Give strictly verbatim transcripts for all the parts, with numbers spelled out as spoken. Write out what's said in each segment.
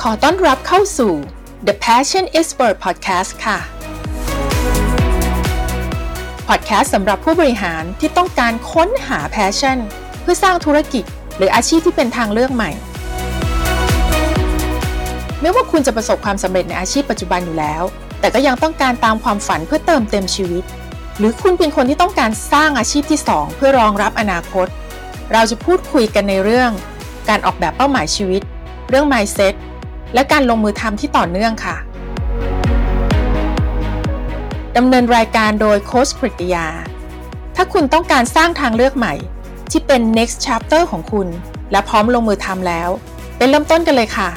ขอต้อนรับเข้าสู่ The Passion Expert Podcast ค่ะ Podcast สำหรับผู้บริหารที่ต้องการค้นหา Passion เพื่อสร้างธุรกิจหรืออาชีพที่เป็นทางเลือกใหม่ไม่ว่าคุณจะประสบความสำเร็จในอาชีพปัจจุบันอยู่แล้วแต่ก็ยังต้องการตามความฝันเพื่อเติมเต็มชีวิตหรือคุณเป็นคนที่ต้องการสร้างอาชีพที่สองเพื่อรองรับอนาคตเราจะพูดคุยกันในเรื่องการออกแบบเป้าหมายชีวิตเรื่อง mindset และการลงมือทำที่ต่อเนื่องค่ะดำเนินรายการโดยโค้ชกฤติยาถ้าคุณต้องการสร้างทางเลือกใหม่ที่เป็น next chapter ของคุณและพร้อมลงมือทำแล้วไปเริ่มต้นกันเลยค่ะ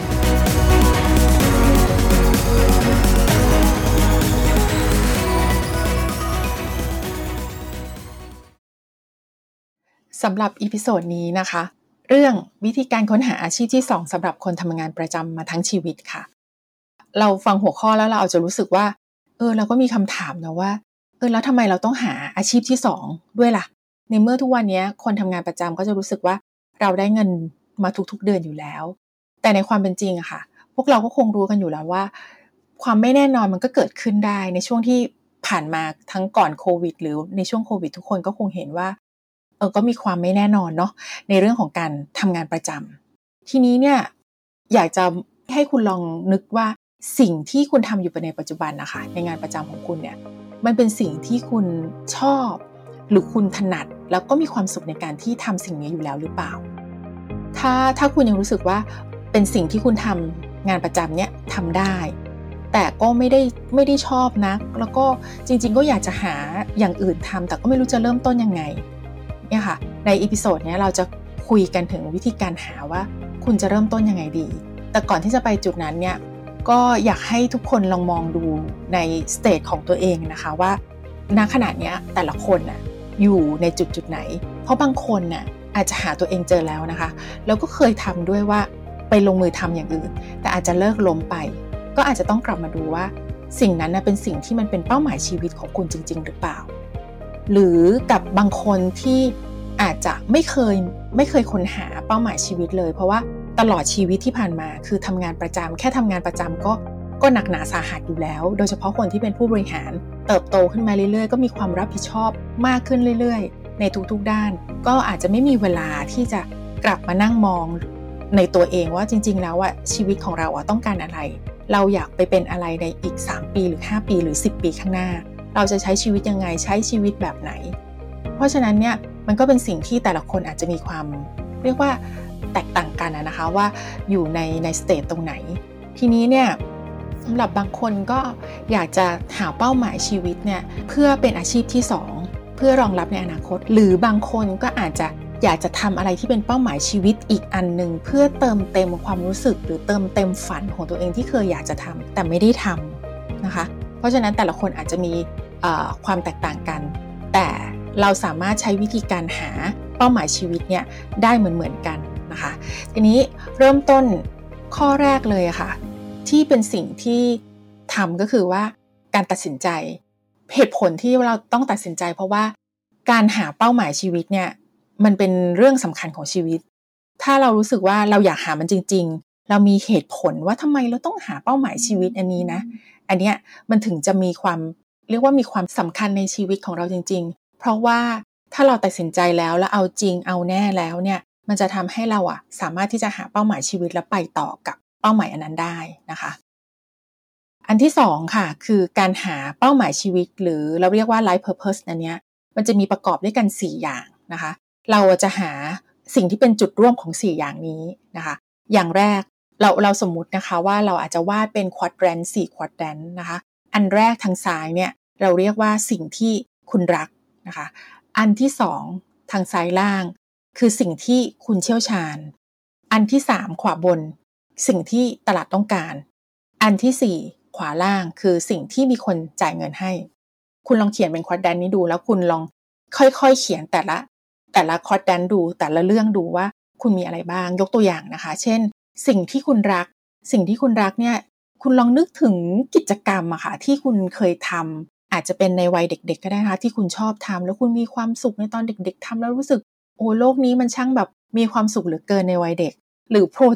สำหรับอีพิโซดนี้นะคะเรื่องวิธีการค้นหาอาชีพที่สองสำหรับคนทำงานประจำมาทั้งชีวิตค่ะเราฟังหัวข้อแล้วเราอาจจะรู้สึกว่าเออเราก็มีคำถามนะว่าเออแล้วทำไมเราต้องหาอาชีพที่สองด้วยล่ะในเมื่อทุกวันนี้คนทำงานประจำก็จะรู้สึกว่าเราได้เงินมาทุกๆเดือนอยู่แล้วแต่ในความเป็นจริงอะค่ะพวกเราก็คงรู้กันอยู่แล้วว่าความไม่แน่นอนมันก็เกิดขึ้นได้ในช่วงที่ผ่านมาทั้งก่อนโควิดหรือในช่วงโควิดทุกคนก็คงเห็นว่าเออก็มีความไม่แน่นอนเนาะในเรื่องของการทำงานประจำทีนี้เนี่ยอยากจะให้คุณลองนึกว่าสิ่งที่คุณทำอยู่ในปัจจุบันนะคะในงานประจำของคุณเนี่ยมันเป็นสิ่งที่คุณชอบหรือคุณถนัดแล้วก็มีความสุขในการที่ทำสิ่งนี้อยู่แล้วหรือเปล่าถ้าถ้าคุณยังรู้สึกว่าเป็นสิ่งที่คุณทำงานประจำเนี่ยทำได้แต่ก็ไม่ได้ไม่ได้ชอบนักแล้วก็จริงๆก็อยากจะหาอย่างอื่นทำแต่ก็ไม่รู้จะเริ่มต้นยังไงเนี่ยค่ะในอีพิโซดนี้เราจะคุยกันถึงวิธีการหาว่าคุณจะเริ่มต้นยังไงดีแต่ก่อนที่จะไปจุดนั้นเนี่ยก็อยากให้ทุกคนลองมองดูในสเตจของตัวเองนะคะว่าณขณะนี้แต่ละคนน่ะอยู่ในจุดจุดไหนเพราะบางคนน่ะอาจจะหาตัวเองเจอแล้วนะคะแล้วก็เคยทำด้วยว่าไปลงมือทำอย่างอื่นแต่อาจจะเลิกล้มไปก็อาจจะต้องกลับมาดูว่าสิ่งนั้นน่ะเป็นสิ่งที่มันเป็นเป้าหมายชีวิตของคุณจริงๆหรือเปล่าหรือกับบางคนที่อาจจะไม่เคยไม่เคยค้นหาเป้าหมายชีวิตเลยเพราะว่าตลอดชีวิตที่ผ่านมาคือทำงานประจำแค่ทำงานประจำก็ก็หนักหนาสาหัสอยู่แล้วโดยเฉพาะคนที่เป็นผู้บริหารเติบโตขึ้นมาเรื่อยๆก็มีความรับผิดชอบมากขึ้นเรื่อยๆในทุกๆด้านก็อาจจะไม่มีเวลาที่จะกลับมานั่งมองในตัวเองว่าจริงๆแล้วว่าชีวิตของเราต้องการอะไรเราอยากไปเป็นอะไรในอีกสามปีหรือห้าปีหรือสิบปีข้างหน้าเราจะใช้ชีวิตยังไงใช้ชีวิตแบบไหนเพราะฉะนั้นเนี่ยมันก็เป็นสิ่งที่แต่ละคนอาจจะมีความเรียกว่าแตกต่างกันนะคะว่าอยู่ในในสเตจตรงไหนทีนี้เนี่ยสำหรับบางคนก็อยากจะหาเป้าหมายชีวิตเนี่ยเพื่อเป็นอาชีพที่สองเพื่อรองรับในอนาคตหรือบางคนก็อาจจะอยากจะทำอะไรที่เป็นเป้าหมายชีวิตอีกอันนึงเพื่อเติมเต็มความรู้สึกหรือเติมเต็มฝันของตัวเองที่เคยอยากจะทำแต่ไม่ได้ทำนะคะเพราะฉะนั้นแต่ละคนอาจจะมีความแตกต่างกันแต่เราสามารถใช้วิธีการหาเป้าหมายชีวิตเนี่ยได้เหมือนๆกันนะคะทีนี้เริ่มต้นข้อแรกเลยค่ะที่เป็นสิ่งที่ทำก็คือว่าการตัดสินใจเหตุผลที่เราต้องตัดสินใจเพราะว่าการหาเป้าหมายชีวิตเนี่ยมันเป็นเรื่องสำคัญของชีวิตถ้าเรารู้สึกว่าเราอยากหามันจริงๆเรามีเหตุผลว่าทำไมเราต้องหาเป้าหมายชีวิตอันนี้นะอันเนี้ยมันถึงจะมีความเรียกว่ามีความสำคัญในชีวิตของเราจริงๆเพราะว่าถ้าเราตัดสินใจแล้วแล้วเอาจริงเอาแน่แล้วเนี่ยมันจะทำให้เราอะสามารถที่จะหาเป้าหมายชีวิตและไปต่อกับเป้าหมายอันนั้นได้นะคะอันที่สองค่ะคือการหาเป้าหมายชีวิตหรือเราเรียกว่า life purpose อันเนี้ยมันจะมีประกอบด้วยกันสี่อย่างนะคะเราจะหาสิ่งที่เป็นจุดร่วมของสี่อย่างนี้นะคะอย่างแรกเราเราสมมุตินะคะว่าเราอาจจะวาดเป็น quadrant สี่ quadrant นะคะอันแรกทางซ้ายเนี่ยเราเรียกว่าสิ่งที่คุณรักนะคะอันที่สองทางซ้ายล่างคือสิ่งที่คุณเชี่ยวชาญอันที่สามขวาบนสิ่งที่ตลาดต้องการอันที่สี่ขวาล่างคือสิ่งที่มีคนจ่ายเงินให้คุณลองเขียนเป็นควอดแดนนี้ดูแล้วคุณลองค่อยๆเขียนแต่ละแต่ละควอดแดนดูแต่ละเรื่องดูว่าคุณมีอะไรบ้างยกตัวอย่างนะคะเช่นสิ่งที่คุณรักสิ่งที่คุณรักเนี่ยคุณลองนึกถึงกิจกรรมอะค่ะที่คุณเคยทำอาจจะเป็นในวัยเด็กๆก็ได้นะคะที่คุณชอบทำแล้วคุณมีความสุขในตอนเด็กๆทำแล้วรู้สึกโอ้โลกนี้มันช่างแบบมีความสุขเหลือเกินในวัยเด็กหรือโปรเจกต์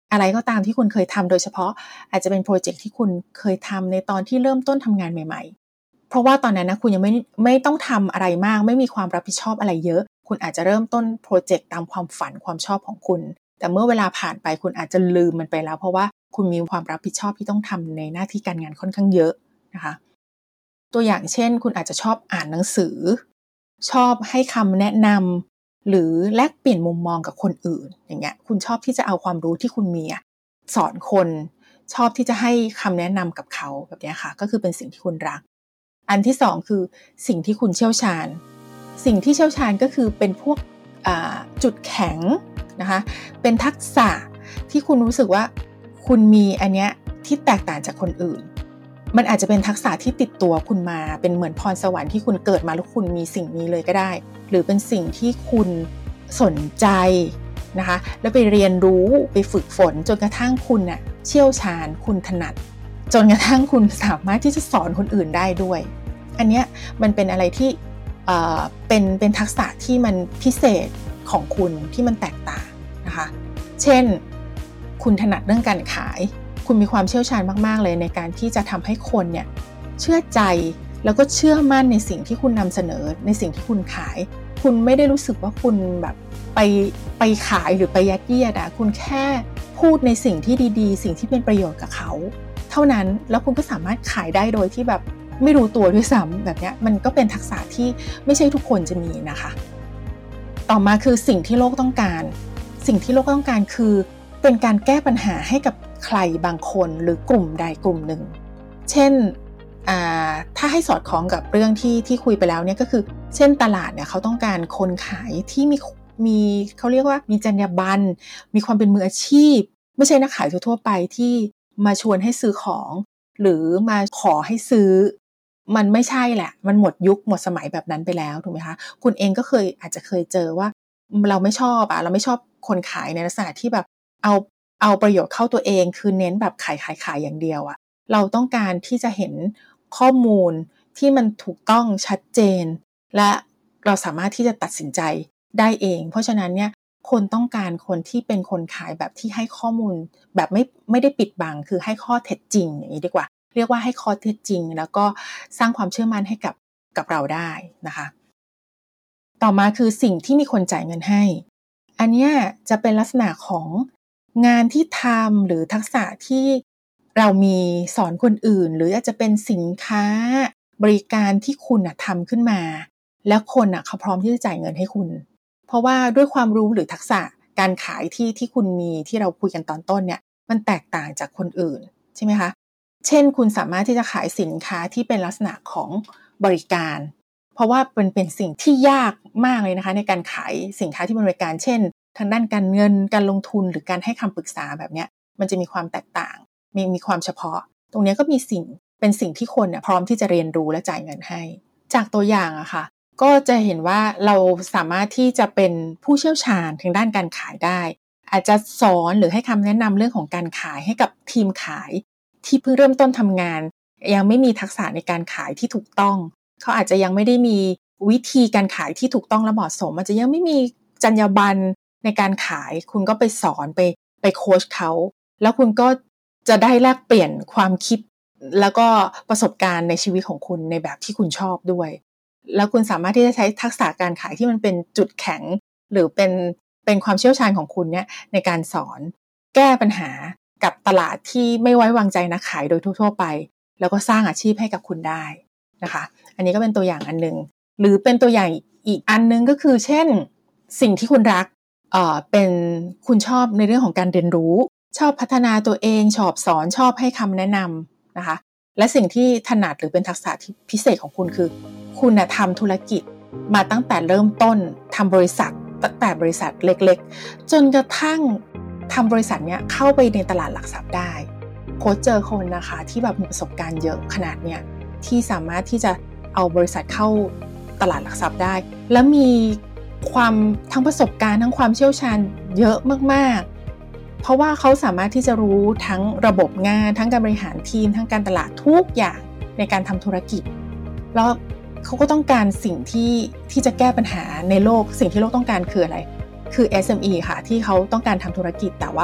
อะไรก็ตามที่คุณเคยทำโดยเฉพาะอาจจะเป็นโปรเจกต์ที่คุณเคยทำในตอนที่เริ่มต้นทำงานใหม่ๆเพราะว่าตอนนั้นนะคุณยังไม่ไม่ต้องทำอะไรมากไม่มีความรับผิดชอบอะไรเยอะคุณอาจจะเริ่มต้นโปรเจกต์ตามความฝันความชอบของคุณแต่เมื่อเวลาผ่านไปคุณอาจจะลืมมันไปแล้วเพราะว่าคุณมีความรับผิดชอบที่ต้องทำในหน้าที่การงานค่อนข้างเยอะนะคะตัวอย่างเช่นคุณอาจจะชอบอ่านหนังสือชอบให้คำแนะนำหรือแลกเปลี่ยนมุมมองกับคนอื่นอย่างเงี้ยคุณชอบที่จะเอาความรู้ที่คุณมีสอนคนชอบที่จะให้คำแนะนำกับเขาแบบนี้ค่ะก็คือเป็นสิ่งที่คุณรักอันที่สองคือสิ่งที่คุณเชี่ยวชาญสิ่งที่เชี่ยวชาญก็คือเป็นพวกจุดแข็งนะคะเป็นทักษะที่คุณรู้สึกว่าคุณมีอันเนี้ยที่แตกต่างจากคนอื่นมันอาจจะเป็นทักษะที่ติดตัวคุณมาเป็นเหมือนพรสวรรค์ที่คุณเกิดมาแล้วคุณมีสิ่งนี้เลยก็ได้หรือเป็นสิ่งที่คุณสนใจนะคะแล้วไปเรียนรู้ไปฝึกฝนจนกระทั่งคุณน่ะเชี่ยวชาญคุณถนัดจนกระทั่งคุณสามารถที่จะสอนคนอื่นได้ด้วยอันเนี้ยมันเป็นอะไรที่เอ่อเป็นเป็นทักษะที่มันพิเศษของคุณที่มันแตกต่างนะคะเช่นคุณถนัดเรื่องการขายคุณมีความเชี่ยวชาญมากๆเลยในการที่จะทำให้คนเนี่ยเชื่อใจแล้วก็เชื่อมั่นในสิ่งที่คุณนำเสนอในสิ่งที่คุณขายคุณไม่ได้รู้สึกว่าคุณแบบไปไปขายหรือไปยัดเยียดอะคุณแค่พูดในสิ่งที่ดีๆสิ่งที่เป็นประโยชน์กับเขาเท่านั้นแล้วคุณก็สามารถขายได้โดยที่แบบไม่รู้ตัวด้วยซ้ำแบบนี้มันก็เป็นทักษะที่ไม่ใช่ทุกคนจะมีนะคะต่อมาคือสิ่งที่โลกต้องการสิ่งที่โลกต้องการคือเป็นการแก้ปัญหาให้กับใครบางคนหรือกลุ่มใดกลุ่มหนึ่งเช่นถ้าให้สอดคล้องกับเรื่องที่ที่คุยไปแล้วเนี่ยก็คือเช่นตลาดเนี่ยเขาต้องการคนขายที่มีมีเขาเรียกว่ามีจรรยาบรรณมีความเป็นมืออาชีพไม่ใช่นักขายทั่วไปที่มาชวนให้ซื้อของหรือมาขอให้ซื้อมันไม่ใช่แหละมันหมดยุคหมดสมัยแบบนั้นไปแล้วถูกไหมคะคุณเองก็เคยอาจจะเคยเจอว่าเราไม่ชอบอะเราไม่ชอบคนขายในลักษณะที่แบบเอาเอาประโยชน์เข้าตัวเองคือเน้นแบบขายขายขายอย่างเดียวอะเราต้องการที่จะเห็นข้อมูลที่มันถูกต้องชัดเจนและเราสามารถที่จะตัดสินใจได้เองเพราะฉะนั้นเนี่ยคนต้องการคนที่เป็นคนขายแบบที่ให้ข้อมูลแบบไม่ไม่ได้ปิดบังคือให้ข้อเท็จจริงอย่างนี้ดีกว่าเรียกว่าให้ข้อเท็จจริงแล้วก็สร้างความเชื่อมั่นให้กับกับเราได้นะคะต่อมาคือสิ่งที่มีคนจ่ายเงินให้อันนี้จะเป็นลักษณะของงานที่ทำหรือทักษะที่เรามีสอนคนอื่นหรืออาจจะเป็นสินค้าบริการที่คุณทำขึ้นมาแล้วคนเขาพร้อมที่จะจ่ายเงินให้คุณเพราะว่าด้วยความรู้หรือทักษะการขายที่ที่คุณมีที่เราคุยกันตอนต้นเนี่ยมันแตกต่างจากคนอื่นใช่ไหมคะเช่นคุณสามารถที่จะขายสินค้าที่เป็นลักษณะของบริการเพราะว่าเป็นเป็นสิ่งที่ยากมากเลยนะคะในการขายสินค้าที่เป็นบริการเช่นทางด้านการเงินการลงทุนหรือการให้คำปรึกษาแบบนี้มันจะมีความแตกต่างมีมีความเฉพาะตรงนี้ก็มีสิ่งเป็นสิ่งที่คนเนี่ยพร้อมที่จะเรียนรู้และจ่ายเงินให้จากตัวอย่างอะค่ะก็จะเห็นว่าเราสามารถที่จะเป็นผู้เชี่ยวชาญทางด้านการขายได้อาจจะสอนหรือให้คำแนะนำเรื่องของการขายให้กับทีมขายที่เพิ่งเริ่มต้นทำงานยังไม่มีทักษะในการขายที่ถูกต้องเขาอาจจะยังไม่ได้มีวิธีการขายที่ถูกต้องและเหมาะสมอาจจะยังไม่มีจรรยาบรรณในการขายคุณก็ไปสอนไปไปโค้ชเขาแล้วคุณก็จะได้แลกเปลี่ยนความคิดแล้วก็ประสบการณ์ในชีวิตของคุณในแบบที่คุณชอบด้วยแล้วคุณสามารถที่จะใช้ทักษะการขายที่มันเป็นจุดแข็งหรือเป็นเป็นความเชี่ยวชาญของคุณเนี่ยในการสอนแก้ปัญหากับตลาดที่ไม่ไว้วางใจนักขายโดยทั่วๆไปแล้วก็สร้างอาชีพให้กับคุณได้นะคะอันนี้ก็เป็นตัวอย่างอันนึงหรือเป็นตัวอย่างอีกอันนึงก็คือเช่นสิ่งที่คุณรักเอ่อเป็นคุณชอบในเรื่องของการเรียนรู้ชอบพัฒนาตัวเองชอบสอนชอบให้คำแนะนำนะคะและสิ่งที่ถนัดหรือเป็นทักษะที่พิเศษของคุณคือคุณนะทำธุรกิจมาตั้งแต่เริ่มต้นทำบริษัทตั้งแต่บริษัทเล็กๆจนกระทั่งทำบริษัทเนี้ยเข้าไปในตลาดหลักทรัพย์ได้โค้ชเจอคนนะคะที่แบบมีประสบการณ์เยอะขนาดเนี้ยที่สามารถที่จะเอาบริษัทเข้าตลาดหลักทรัพย์ได้และมีความทั้งประสบการณ์ทั้งความเชี่ยวชาญเยอะมากๆเพราะว่าเขาสามารถที่จะรู้ทั้งระบบงานทั้งการบริหารทีมทั้งการตลาดทุกอย่างในการทำธุรกิจแล้วเขาก็ต้องการสิ่งที่ที่จะแก้ปัญหาในโลกสิ่งที่โลกต้องการคืออะไรคือ เอส เอ็ม อี ค่ะที่เขาต้องการทำธุรกิจแต่ว่า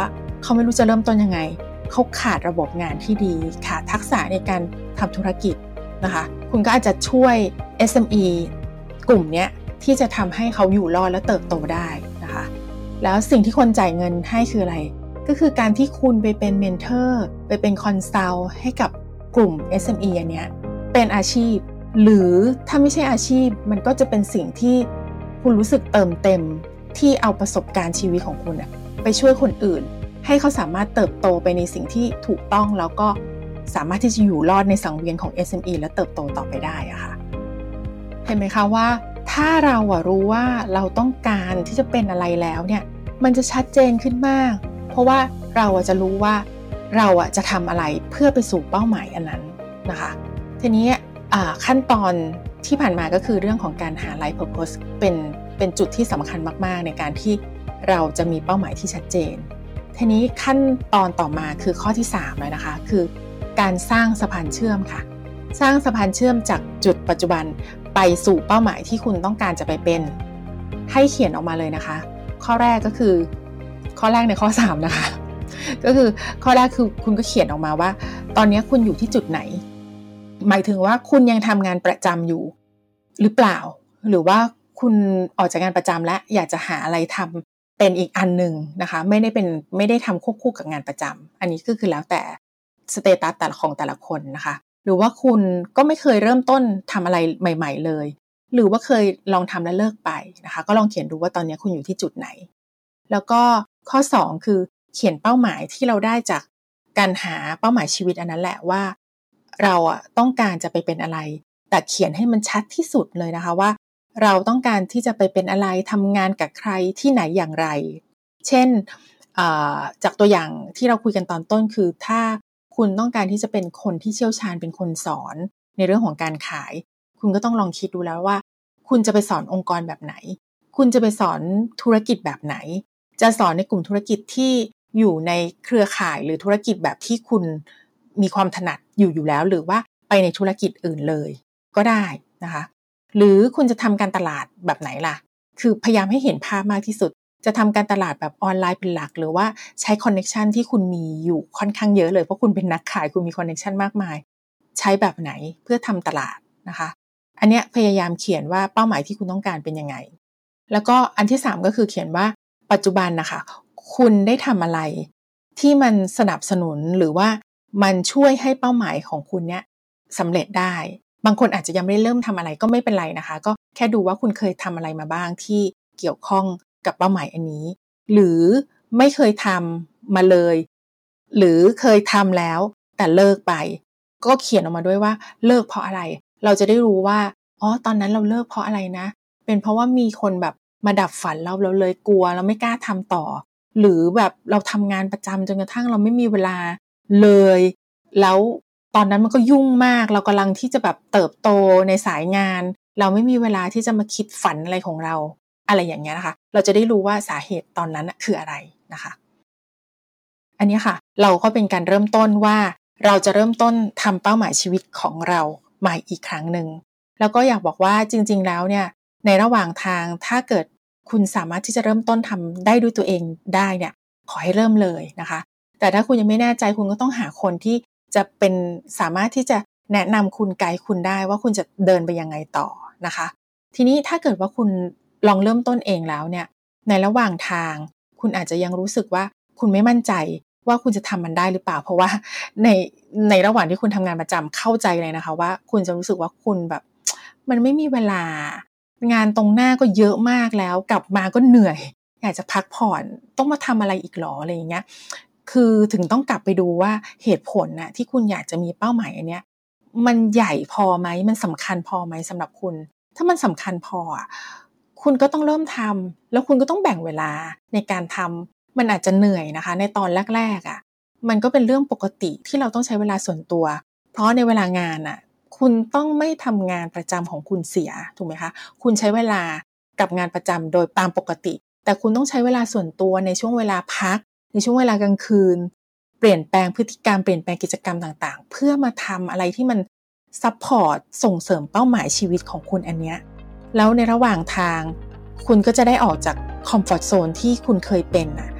เขาไม่รู้จะเริ่มต้นยังไงเขาขาดระบบงานที่ดีขาดทักษะในการทำธุรกิจนะคะคุณก็อาจจะช่วย เอส เอ็ม อี กลุ่มเนี้ยที่จะทำให้เขาอยู่รอดและเติบโตได้นะคะแล้วสิ่งที่คนจ่ายเงินให้คืออะไรก็คือการที่คุณไปเป็นเมนเทอร์ไปเป็นคอนซัลท์ให้กับกลุ่ม เอส เอ็ม อี อันเนี้ยเป็นอาชีพหรือถ้าไม่ใช่อาชีพมันก็จะเป็นสิ่งที่คุณรู้สึกเติมเต็มที่เอาประสบการณ์ชีวิตของคุณไปช่วยคนอื่นให้เขาสามารถเติบโตไปในสิ่งที่ถูกต้องแล้วก็สามารถที่จะอยู่รอดในสังเวียนของ เอส เอ็ม อี และเติบโตต่อไปได้อะค่ะเห็นไหมคะว่าถ้าเราอะรู้ว่าเราต้องการที่จะเป็นอะไรแล้วเนี่ยมันจะชัดเจนขึ้นมากเพราะว่าเราอะจะรู้ว่าเราอะจะทำอะไรเพื่อไปสู่เป้าหมายอันนั้นนะคะทีนี้ขั้นตอนที่ผ่านมาก็คือเรื่องของการหา Life Purpose เป็นเป็นจุดที่สำคัญมากๆในการที่เราจะมีเป้าหมายที่ชัดเจนทีนี้ขั้นตอนต่อมาคือข้อที่สามเลยนะคะคือการสร้างสะพานเชื่อมค่ะสร้างสะพานเชื่อมจากจุดปัจจุบันไปสู่เป้าหมายที่คุณต้องการจะไปเป็นให้เขียนออกมาเลยนะคะข้อแรกก็คือข้อแรกในข้อสามนะคะก็คือข้อแรกคือคุณก็เขียนออกมาว่าตอนนี้คุณอยู่ที่จุดไหนหมายถึงว่าคุณยังทำงานประจำอยู่หรือเปล่าหรือว่าคุณออกจากงานประจำแล้วอยากจะหาอะไรทำเป็นอีกอันหนึ่งนะคะไม่ได้เป็นไม่ได้ทำควบคู่กับงานประจำอันนี้ก็คือแล้วแต่สเตตัสแต่ละของแต่ละคนนะคะหรือว่าคุณก็ไม่เคยเริ่มต้นทำอะไรใหม่ๆเลยหรือว่าเคยลองทำแล้วเลิกไปนะคะก็ลองเขียนดูว่าตอนนี้คุณอยู่ที่จุดไหนแล้วก็ข้อสองคือเขียนเป้าหมายที่เราได้จากการหาเป้าหมายชีวิตอันนั้นแหละว่าเราอ่ะต้องการจะไปเป็นอะไรแต่เขียนให้มันชัดที่สุดเลยนะคะว่าเราต้องการที่จะไปเป็นอะไรทำงานกับใครที่ไหนอย่างไรเช่นจากตัวอย่างที่เราคุยกันตอนต้นคือถ้าคุณต้องการที่จะเป็นคนที่เชี่ยวชาญเป็นคนสอนในเรื่องของการขายคุณก็ต้องลองคิดดูแล้วว่าคุณจะไปสอนองค์กรแบบไหนคุณจะไปสอนธุรกิจแบบไหนจะสอนในกลุ่มธุรกิจที่อยู่ในเครือข่ายหรือธุรกิจแบบที่คุณมีความถนัดอยู่อยู่แล้วหรือว่าไปในธุรกิจอื่นเลยก็ได้นะคะหรือคุณจะทำการตลาดแบบไหนล่ะคือพยายามให้เห็นภาพมากที่สุดจะทำการตลาดแบบออนไลน์เป็นหลักหรือว่าใช้คอนเนคชันที่คุณมีอยู่ค่อนข้างเยอะเลยเพราะคุณเป็นนักขายคุณมีคอนเนคชันมากมายใช้แบบไหนเพื่อทำตลาดนะคะอันเนี้ยพยายามเขียนว่าเป้าหมายที่คุณต้องการเป็นยังไงแล้วก็อันที่สามก็คือเขียนว่าปัจจุบันนะคะคุณได้ทำอะไรที่มันสนับสนุนหรือว่ามันช่วยให้เป้าหมายของคุณเนี้ยสำเร็จได้บางคนอาจจะยังไม่เริ่มทำอะไรก็ไม่เป็นไรนะคะก็แค่ดูว่าคุณเคยทำอะไรมาบ้างที่เกี่ยวข้องกับเป้าหมายอันนี้หรือไม่เคยทำมาเลยหรือเคยทำแล้วแต่เลิกไปก็เขียนออกมาด้วยว่าเลิกเพราะอะไรเราจะได้รู้ว่าอ๋อตอนนั้นเราเลิกเพราะอะไรนะเป็นเพราะว่ามีคนแบบมาดับฝันเราเราเลยกลัวเราไม่กล้าทำต่อหรือแบบเราทำงานประจำจนกระทั่งเราไม่มีเวลาเลยแล้วตอนนั้นมันก็ยุ่งมากเรากำลังที่จะแบบเติบโตในสายงานเราไม่มีเวลาที่จะมาคิดฝันอะไรของเราอะไรอย่างเงี้ยนะคะเราจะได้รู้ว่าสาเหตุตอนนั้นคืออะไรนะคะอันนี้ค่ะเราก็เป็นการเริ่มต้นว่าเราจะเริ่มต้นทำเป้าหมายชีวิตของเราใหม่อีกครั้งหนึ่งแล้วก็อยากบอกว่าจริงๆแล้วเนี่ยในระหว่างทางถ้าเกิดคุณสามารถที่จะเริ่มต้นทำได้ด้วยตัวเองได้เนี่ยขอให้เริ่มเลยนะคะแต่ถ้าคุณยังไม่แน่ใจคุณก็ต้องหาคนที่จะเป็นสามารถที่จะแนะนำคุณไกด์คุณได้ว่าคุณจะเดินไปยังไงต่อนะคะทีนี้ถ้าเกิดว่าคุณลองเริ่มต้นเองแล้วเนี่ยในระหว่างทางคุณอาจจะยังรู้สึกว่าคุณไม่มั่นใจว่าคุณจะทำมันได้หรือเปล่าเพราะว่าในในระหว่างที่คุณทำงานประจำเข้าใจเลยนะคะว่าคุณจะรู้สึกว่าคุณแบบมันไม่มีเวลางานตรงหน้าก็เยอะมากแล้วกลับมาก็เหนื่อยอยากจะพักผ่อนต้องมาทำอะไรอีกหรออะไรอย่างเงี้ยคือถึงต้องกลับไปดูว่าเหตุผลน่ะที่คุณอยากจะมีเป้าหมายอันเนี้ยมันใหญ่พอไหมมันสำคัญพอไหมสำหรับคุณถ้ามันสำคัญพออ่ะคุณก็ต้องเริ่มทำแล้วคุณก็ต้องแบ่งเวลาในการทำมันอาจจะเหนื่อยนะคะในตอนแรกๆอ่ะมันก็เป็นเรื่องปกติที่เราต้องใช้เวลาส่วนตัวเพราะในเวลางานอ่ะคุณต้องไม่ทำงานประจำของคุณเสียถูกไหมคะคุณใช้เวลากับงานประจำโดยตามปกติแต่คุณต้องใช้เวลาส่วนตัวในช่วงเวลาพักในช่วงเวลากลางคืนเปลี่ยนแปลงพฤติกรรมเปลี่ยนแปลงกิจกรรมต่างๆเพื่อมาทำอะไรที่มันซัพพอร์ตส่งเสริมเป้าหมายชีวิตของคุณอันเนี้ยแล้วในระหว่างทางคุณก็จะได้ออกจากคอมฟอร์ตโซนที่คุณเคยเป็นน่ะ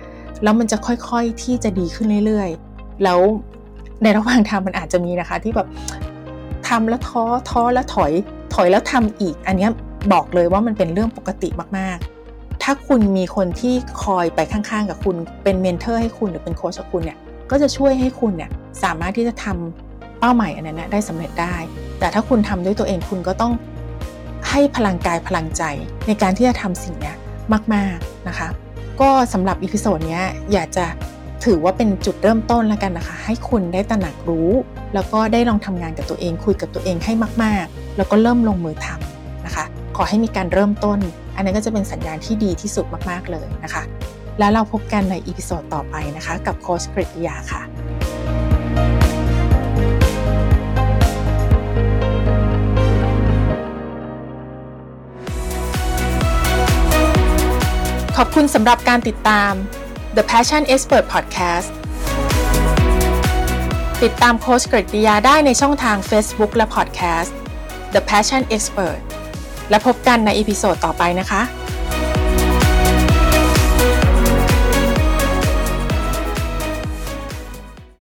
แล้วมันจะค่อยๆที่จะดีขึ้นเรื่อยๆแล้วในระหว่างทางมันอาจจะมีนะคะที่แบบทำแล้วท้อท้อแล้วถอยถอยแล้วทำอีกอันนี้บอกเลยว่ามันเป็นเรื่องปกติมากๆถ้าคุณมีคนที่คอยไปข้างๆกับคุณเป็นเมนเทอร์ให้คุณหรือเป็นโค้ชกับคุณเนี่ยก็จะช่วยให้คุณเนี่ยสามารถที่จะทำเป้าหมายอันนั้นได้สำเร็จได้แต่ถ้าคุณทำด้วยตัวเองคุณก็ต้องให้พลังกายพลังใจในการที่จะทำสิ่งนี้มากๆนะคะก็สำหรับอีพิโซดนี้อยากจะถือว่าเป็นจุดเริ่มต้นแล้วกันนะคะให้คุณได้ตระหนักรู้แล้วก็ได้ลองทำงานกับตัวเองคุยกับตัวเองให้มากๆแล้วก็เริ่มลงมือทำนะคะขอให้มีการเริ่มต้นอันนั้นก็จะเป็นสัญญาณที่ดีที่สุดมากๆเลยนะคะแล้วเราพบกันในอีพิโซดต่อไปนะคะกับโค้ชกฤษยาค่ะขอบคุณสำหรับการติดตาม The Passion Expert Podcast ติดตามโค้ชกฤษยาได้ในช่องทาง Facebook และ Podcast The Passion Expert และพบกันในอีพิโซดต่อไปนะคะ